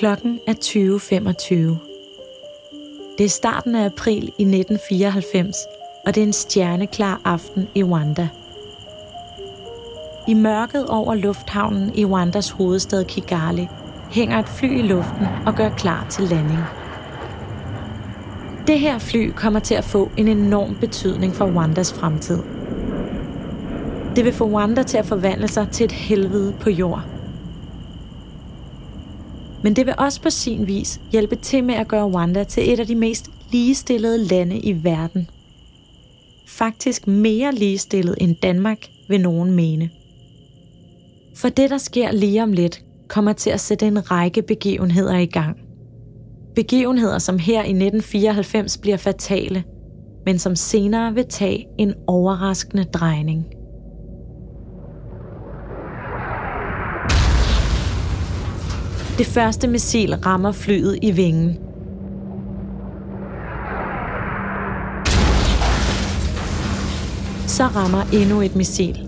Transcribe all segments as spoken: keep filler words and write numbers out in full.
Klokken er tyve femogtyve. Det er starten af april i nitten fireoghalvfems, og det er en stjerneklar aften i Rwanda. I mørket over lufthavnen i Rwandas hovedstad Kigali hænger et fly i luften og gør klar til landing. Det her fly kommer til at få en enorm betydning for Rwandas fremtid. Det vil få Rwanda til at forvandle sig til et helvede på jord. Men det vil også på sin vis hjælpe til med at gøre Rwanda til et af de mest ligestillede lande i verden. Faktisk mere ligestillet end Danmark, vil nogen mene. For det, der sker lige om lidt, kommer til at sætte en række begivenheder i gang. Begivenheder, som her i nitten fireoghalvfems bliver fatale, men som senere vil tage en overraskende drejning. Det første missil rammer flyet i vingen. Så rammer endnu et missil.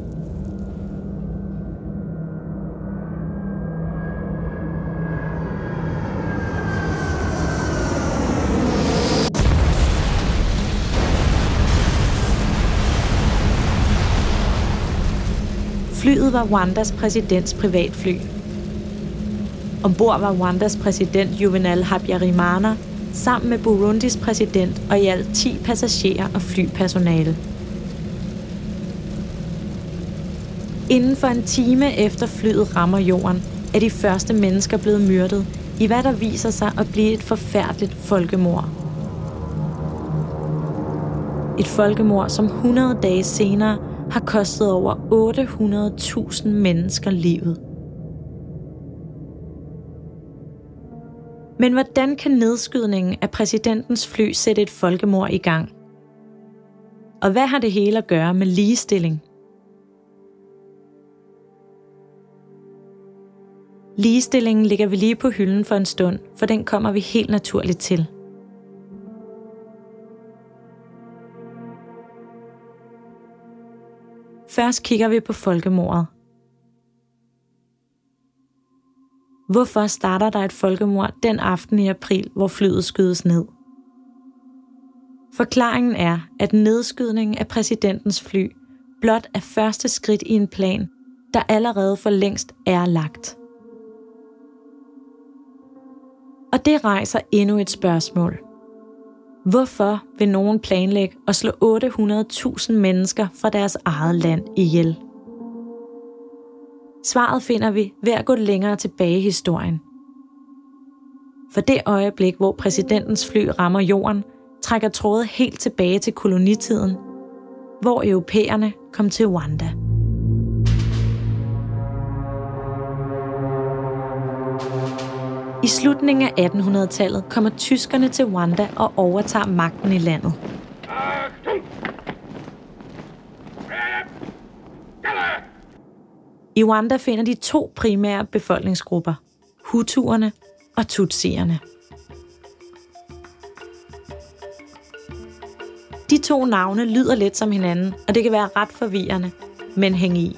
Flyet var Rwandas præsidents privatfly. Ombord var Rwandas præsident Juvenal Habyarimana sammen med Burundis præsident og i alt ti passagerer og flypersonale. Inden for en time efter flyet rammer jorden, er de første mennesker blevet myrdet i hvad der viser sig at blive et forfærdeligt folkemord. Et folkemord, som hundrede dage senere har kostet over otte hundrede tusind mennesker livet. Men hvordan kan nedskydningen af præsidentens fly sætte et folkemord i gang? Og hvad har det hele at gøre med ligestilling? Ligestillingen ligger vi lige på hylden for en stund, for den kommer vi helt naturligt til. Først kigger vi på folkemordet. Hvorfor starter der et folkemord den aften i april, hvor flyet skydes ned? Forklaringen er, at nedskydningen af præsidentens fly blot er første skridt i en plan, der allerede for længst er lagt. Og det rejser endnu et spørgsmål. Hvorfor vil nogen planlægge at slå otte hundrede tusind mennesker fra deres eget land ihjel? Svaret finder vi ved at gå længere tilbage i historien. For det øjeblik, hvor præsidentens fly rammer jorden, trækker trådet helt tilbage til kolonitiden, hvor europæerne kom til Rwanda. I slutningen af attenhundredetallet kommer tyskerne til Rwanda og overtager magten i landet. I Rwanda finder de to primære befolkningsgrupper, Hutuerne og Tutsierne. De to navne lyder lidt som hinanden, og det kan være ret forvirrende, men hæng i.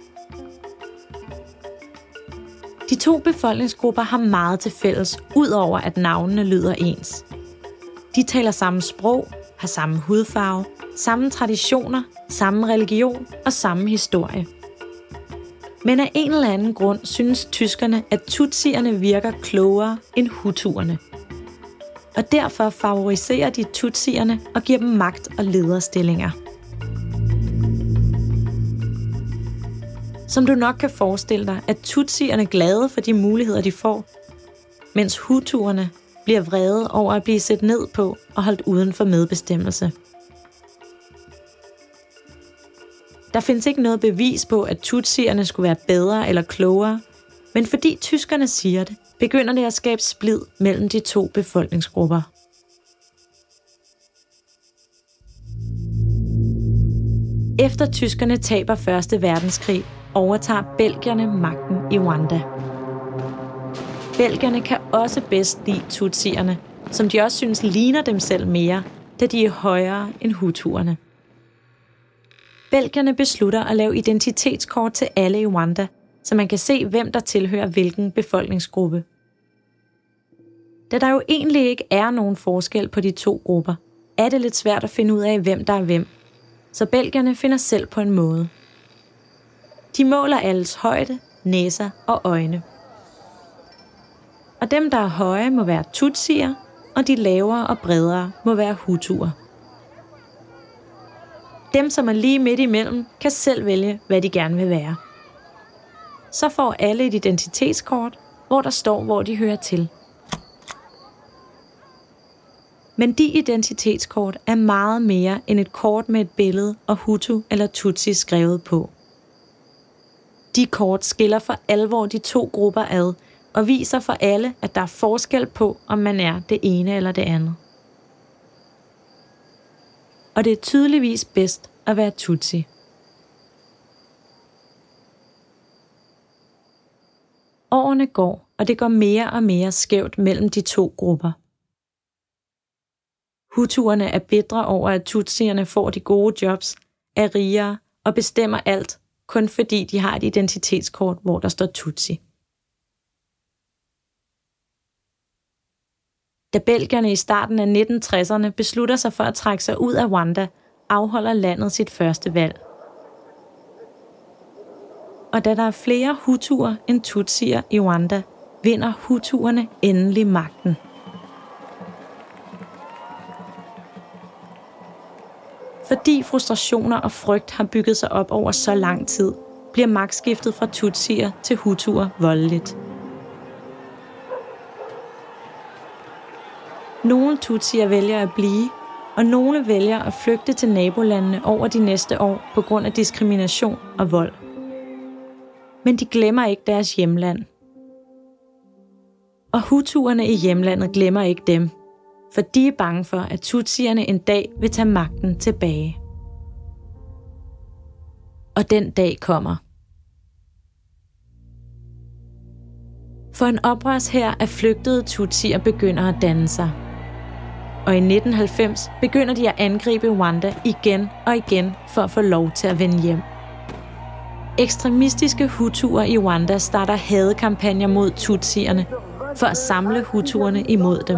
De to befolkningsgrupper har meget til fælles, udover at navnene lyder ens. De taler samme sprog, har samme hudfarve, samme traditioner, samme religion og samme historie. Men af en eller anden grund synes tyskerne, at tutsierne virker klogere end hutuerne. Og derfor favoriserer de tutsierne og giver dem magt og lederstillinger. Som du nok kan forestille dig, er tutsierne glade for de muligheder, de får, mens hutuerne bliver vrede over at blive set ned på og holdt uden for medbestemmelse. Der findes ikke noget bevis på, at tutsierne skulle være bedre eller klogere, men fordi tyskerne siger det, begynder det at skabe splid mellem de to befolkningsgrupper. Efter tyskerne taber første verdenskrig, overtager belgierne magten i Rwanda. Belgierne kan også bedst lide tutsierne, som de også synes ligner dem selv mere, da de er højere end hutuerne. Belgierne beslutter at lave identitetskort til alle i Rwanda, så man kan se, hvem der tilhører hvilken befolkningsgruppe. Da der jo egentlig ikke er nogen forskel på de to grupper, er det lidt svært at finde ud af, hvem der er hvem. Så belgierne finder selv på en måde. De måler alles højde, næser og øjne. Og dem, der er høje, må være tutsier, og de lavere og bredere må være hutuer. Dem, som er lige midt imellem, kan selv vælge, hvad de gerne vil være. Så får alle et identitetskort, hvor der står, hvor de hører til. Men de identitetskort er meget mere end et kort med et billede og Hutu eller Tutsi skrevet på. De kort skiller for alvor de to grupper ad og viser for alle, at der er forskel på, om man er det ene eller det andet. Og det er tydeligvis bedst at være Tutsi. Årene går, og det går mere og mere skævt mellem de to grupper. Hutuerne er bitre over, at tutsierne får de gode jobs, er rigere og bestemmer alt, kun fordi de har et identitetskort, hvor der står Tutsi. Da belgierne i starten af nitten tresserne beslutter sig for at trække sig ud af Rwanda, afholder landet sit første valg. Og da der er flere hutuer end tutsier i Rwanda, vinder hutuerne endelig magten. Fordi frustrationer og frygt har bygget sig op over så lang tid, bliver magtskiftet fra tutsier til hutuer voldeligt. Nogle tutsier vælger at blive, og nogle vælger at flygte til nabolandene over de næste år på grund af diskrimination og vold. Men de glemmer ikke deres hjemland. Og hutuerne i hjemlandet glemmer ikke dem, for de er bange for, at tutsierne en dag vil tage magten tilbage. Og den dag kommer. For en oprørshær af flygtede tutsier begynder at danne sig. Og i nitten halvfems begynder de at angribe Rwanda igen og igen for at få lov til at vende hjem. Ekstremistiske hutuer i Rwanda starter hadekampagner mod tutsierne for at samle hutuerne imod dem.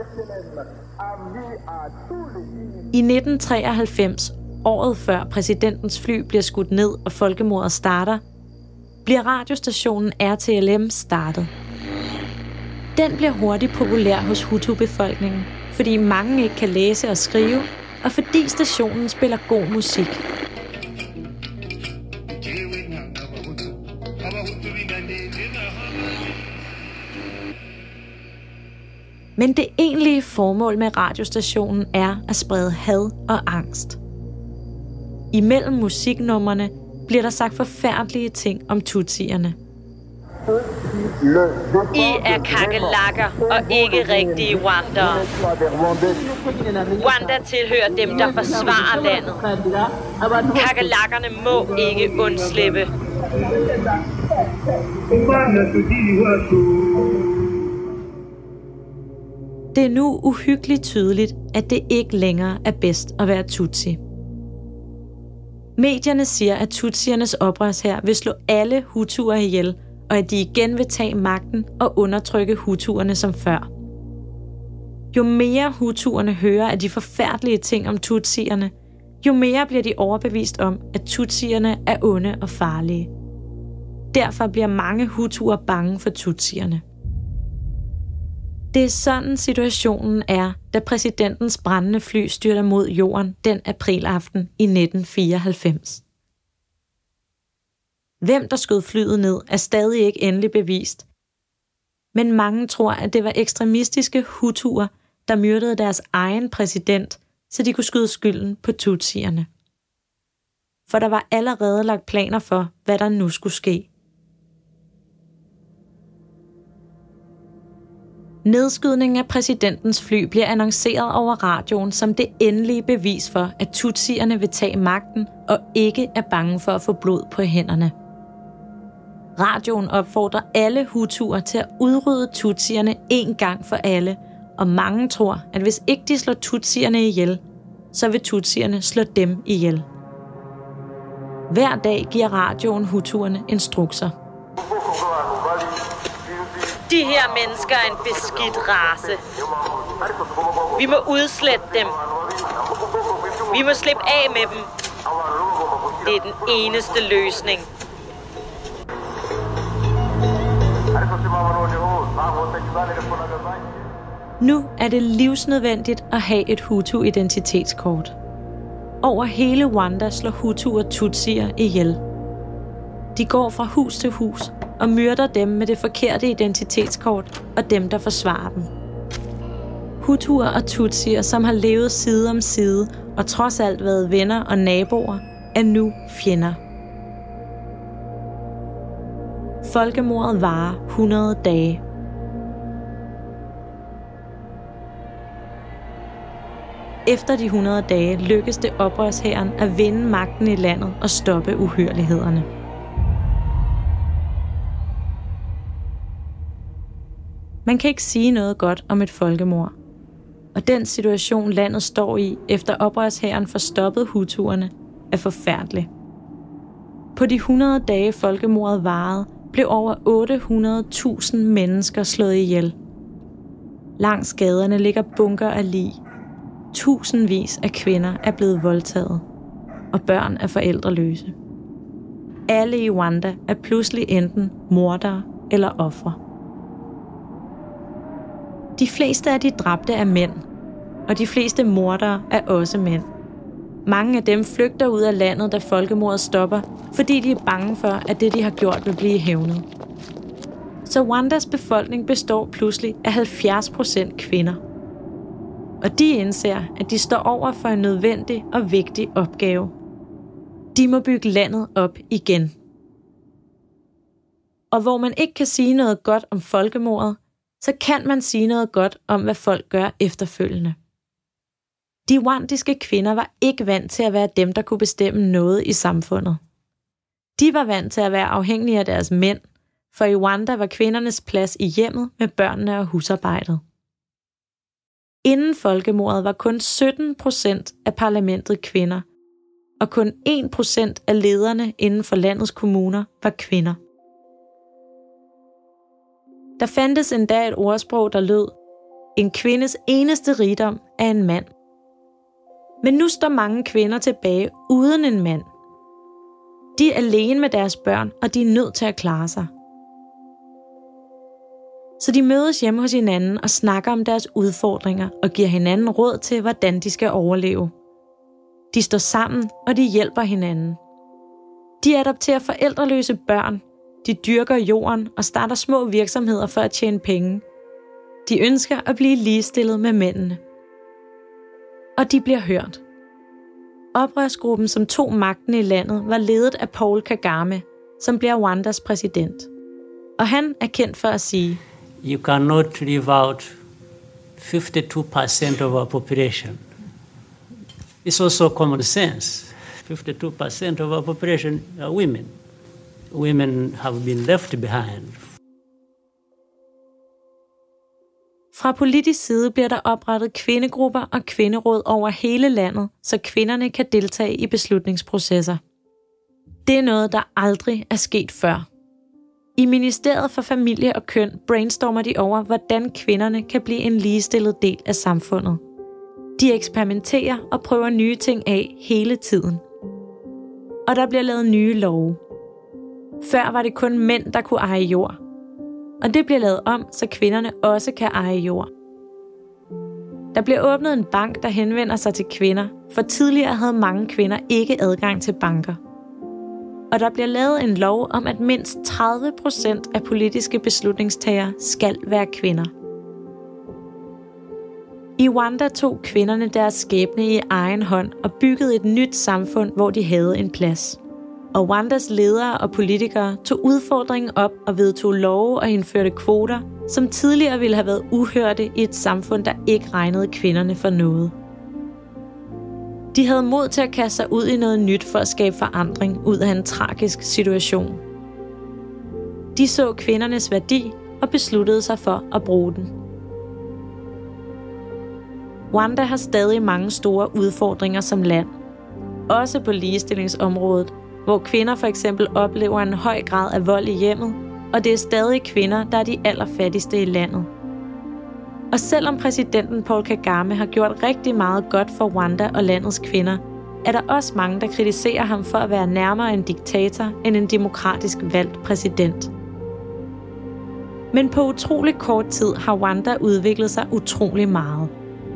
I nitten treoghalvfems, året før præsidentens fly bliver skudt ned og folkemordet starter, bliver radiostationen R T L M startet. Den bliver hurtigt populær hos Hutu-befolkningen, fordi mange ikke kan læse og skrive, og fordi stationen spiller god musik. Men det egentlige formål med radiostationen er at sprede had og angst. Imellem musiknummerne bliver der sagt forfærdelige ting om tutsierne. I er kakelakker og ikke rigtige rwandere. Rwanda tilhører dem, der forsvarer landet. Kakelakkerne må ikke undslippe. Det er nu uhyggeligt tydeligt, at det ikke længere er bedst at være tutsi. Medierne siger, at tutsiernes oprørshær vil slå alle hutuer ihjel, og at de igen vil tage magten og undertrykke hutuerne som før. Jo mere hutuerne hører af de forfærdelige ting om tutsierne, jo mere bliver de overbevist om, at tutsierne er onde og farlige. Derfor bliver mange hutuer bange for tutsierne. Det er sådan situationen er, da præsidentens brændende fly styrter mod jorden den aprilaften i nitten fireoghalvfems. Hvem der skød flyet ned, er stadig ikke endelig bevist. Men mange tror, at det var ekstremistiske hutuer, der myrdede deres egen præsident, så de kunne skyde skylden på tutsierne. For der var allerede lagt planer for, hvad der nu skulle ske. Nedskydningen af præsidentens fly bliver annonceret over radioen som det endelige bevis for, at tutsierne vil tage magten og ikke er bange for at få blod på hænderne. Radioen opfordrer alle hutuer til at udrydde tutsierne en gang for alle, og mange tror, at hvis ikke de slår tutsierne ihjel, så vil tutsierne slå dem ihjel. Hver dag giver radioen hutuerne instrukser. De her mennesker er en beskidt race. Vi må udslette dem. Vi må slippe af med dem. Det er den eneste løsning. Nu er det livsnødvendigt at have et Hutu-identitetskort. Over hele Rwanda slår Hutu og Tutsier ihjel. De går fra hus til hus og myrder dem med det forkerte identitetskort og dem, der forsvarer dem. Hutuer og Tutsier, som har levet side om side og trods alt været venner og naboer, er nu fjender. Folkemordet varer hundrede dage. Efter de hundrede dage lykkes det oprørshæren at vinde magten i landet og stoppe uhyrlighederne. Man kan ikke sige noget godt om et folkemord. Og den situation, landet står i, efter oprørshæren får stoppet hutuerne, er forfærdelig. På de hundrede dage folkemordet varede, blev over otte hundrede tusind mennesker slået ihjel. Langs gaderne ligger bunker af lig. Tusindvis af kvinder er blevet voldtaget, og børn er forældreløse. Alle i Rwanda er pludselig enten mordere eller ofre. De fleste af de dræbte er mænd, og de fleste mordere er også mænd. Mange af dem flygter ud af landet, da folkemordet stopper, fordi de er bange for, at det, de har gjort, vil blive hævnet. Så Rwandas befolkning består pludselig af halvfjerds procent kvinder. Og de indser, at de står over for en nødvendig og vigtig opgave. De må bygge landet op igen. Og hvor man ikke kan sige noget godt om folkemordet, så kan man sige noget godt om, hvad folk gør efterfølgende. De rwandiske kvinder var ikke vant til at være dem, der kunne bestemme noget i samfundet. De var vant til at være afhængige af deres mænd, for i Rwanda var kvindernes plads i hjemmet med børnene og husarbejdet. Inden folkemordet var kun sytten procent af parlamentet kvinder, og kun en procent af lederne inden for landets kommuner var kvinder. Der fandtes endda et ordsprog, der lød: en kvindes eneste rigdom er en mand. Men nu står mange kvinder tilbage uden en mand. De er alene med deres børn, og de er nødt til at klare sig. Så de mødes hjemme hos hinanden og snakker om deres udfordringer og giver hinanden råd til, hvordan de skal overleve. De står sammen, og de hjælper hinanden. De adopterer forældreløse børn. De dyrker jorden og starter små virksomheder for at tjene penge. De ønsker at blive ligestillet med mændene. Og de bliver hørt. Oprørsgruppen, som tog magten i landet, var ledet af Paul Kagame, som bliver Rwandas præsident. Og han er kendt for at sige: You cannot leave out fifty-two percent of our population. It's also common sense. fifty-two percent of our population are women. Women have been left behind. Fra politisk side bliver der oprettet kvindegrupper og kvinderåd over hele landet, så kvinderne kan deltage i beslutningsprocesser. Det er noget, der aldrig er sket før. I Ministeriet for Familie og Køn brainstormer de over, hvordan kvinderne kan blive en ligestillet del af samfundet. De eksperimenterer og prøver nye ting af hele tiden. Og der bliver lavet nye love. Før var det kun mænd, der kunne eje jord. Og det bliver lavet om, så kvinderne også kan eje jord. Der bliver åbnet en bank, der henvender sig til kvinder, for tidligere havde mange kvinder ikke adgang til banker. Og der bliver lavet en lov om, at mindst tredive procent af politiske beslutningstagere skal være kvinder. I Rwanda tog kvinderne deres skæbne i egen hånd og byggede et nyt samfund, hvor de havde en plads. Og Rwandas ledere og politikere tog udfordringen op og vedtog love og indførte kvoter, som tidligere ville have været uhørte i et samfund, der ikke regnede kvinderne for noget. De havde mod til at kaste sig ud i noget nyt for at skabe forandring ud af en tragisk situation. De så kvindernes værdi og besluttede sig for at bruge den. Rwanda har stadig mange store udfordringer som land. Også på ligestillingsområdet, hvor kvinder for eksempel oplever en høj grad af vold i hjemmet, og det er stadig kvinder, der er de allerfattigste i landet. Og selvom præsidenten Paul Kagame har gjort rigtig meget godt for Rwanda og landets kvinder, er der også mange, der kritiserer ham for at være nærmere en diktator end en demokratisk valgt præsident. Men på utrolig kort tid har Rwanda udviklet sig utrolig meget.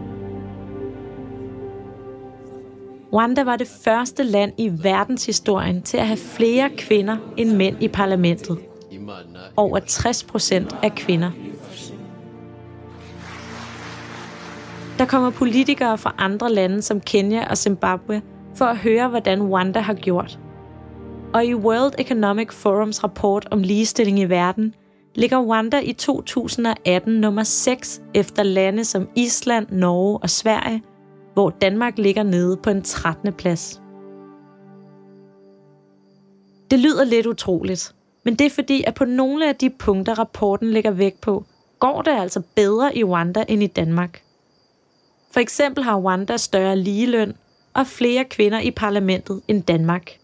Rwanda var det første land i verdenshistorien til at have flere kvinder end mænd i parlamentet. Over tres procent af kvinder. Der kommer politikere fra andre lande som Kenya og Zimbabwe for at høre, hvordan Rwanda har gjort. Og i World Economic Forums rapport om ligestilling i verden, ligger Rwanda i to tusind og atten nummer seks efter lande som Island, Norge og Sverige, hvor Danmark ligger nede på en trettende plads. Det lyder lidt utroligt, men det er fordi, at på nogle af de punkter, rapporten lægger vægt på, går det altså bedre i Rwanda end i Danmark. For eksempel har Rwanda større ligeløn og flere kvinder i parlamentet end Danmark.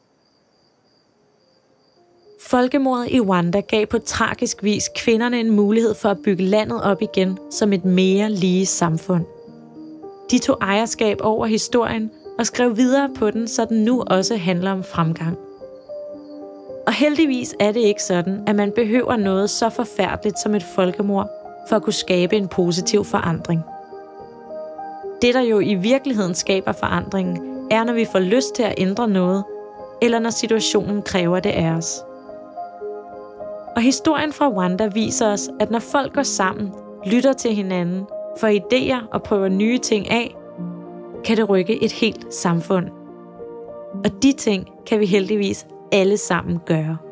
Folkemordet i Rwanda gav på tragisk vis kvinderne en mulighed for at bygge landet op igen som et mere lige samfund. De tog ejerskab over historien og skrev videre på den, så den nu også handler om fremgang. Og heldigvis er det ikke sådan, at man behøver noget så forfærdeligt som et folkemord for at kunne skabe en positiv forandring. Det, der jo i virkeligheden skaber forandringen, er, når vi får lyst til at ændre noget, eller når situationen kræver det af os. Og historien fra Rwanda viser os, at når folk går sammen, lytter til hinanden, får idéer og prøver nye ting af, kan det rykke et helt samfund. Og de ting kan vi heldigvis alle sammen gøre.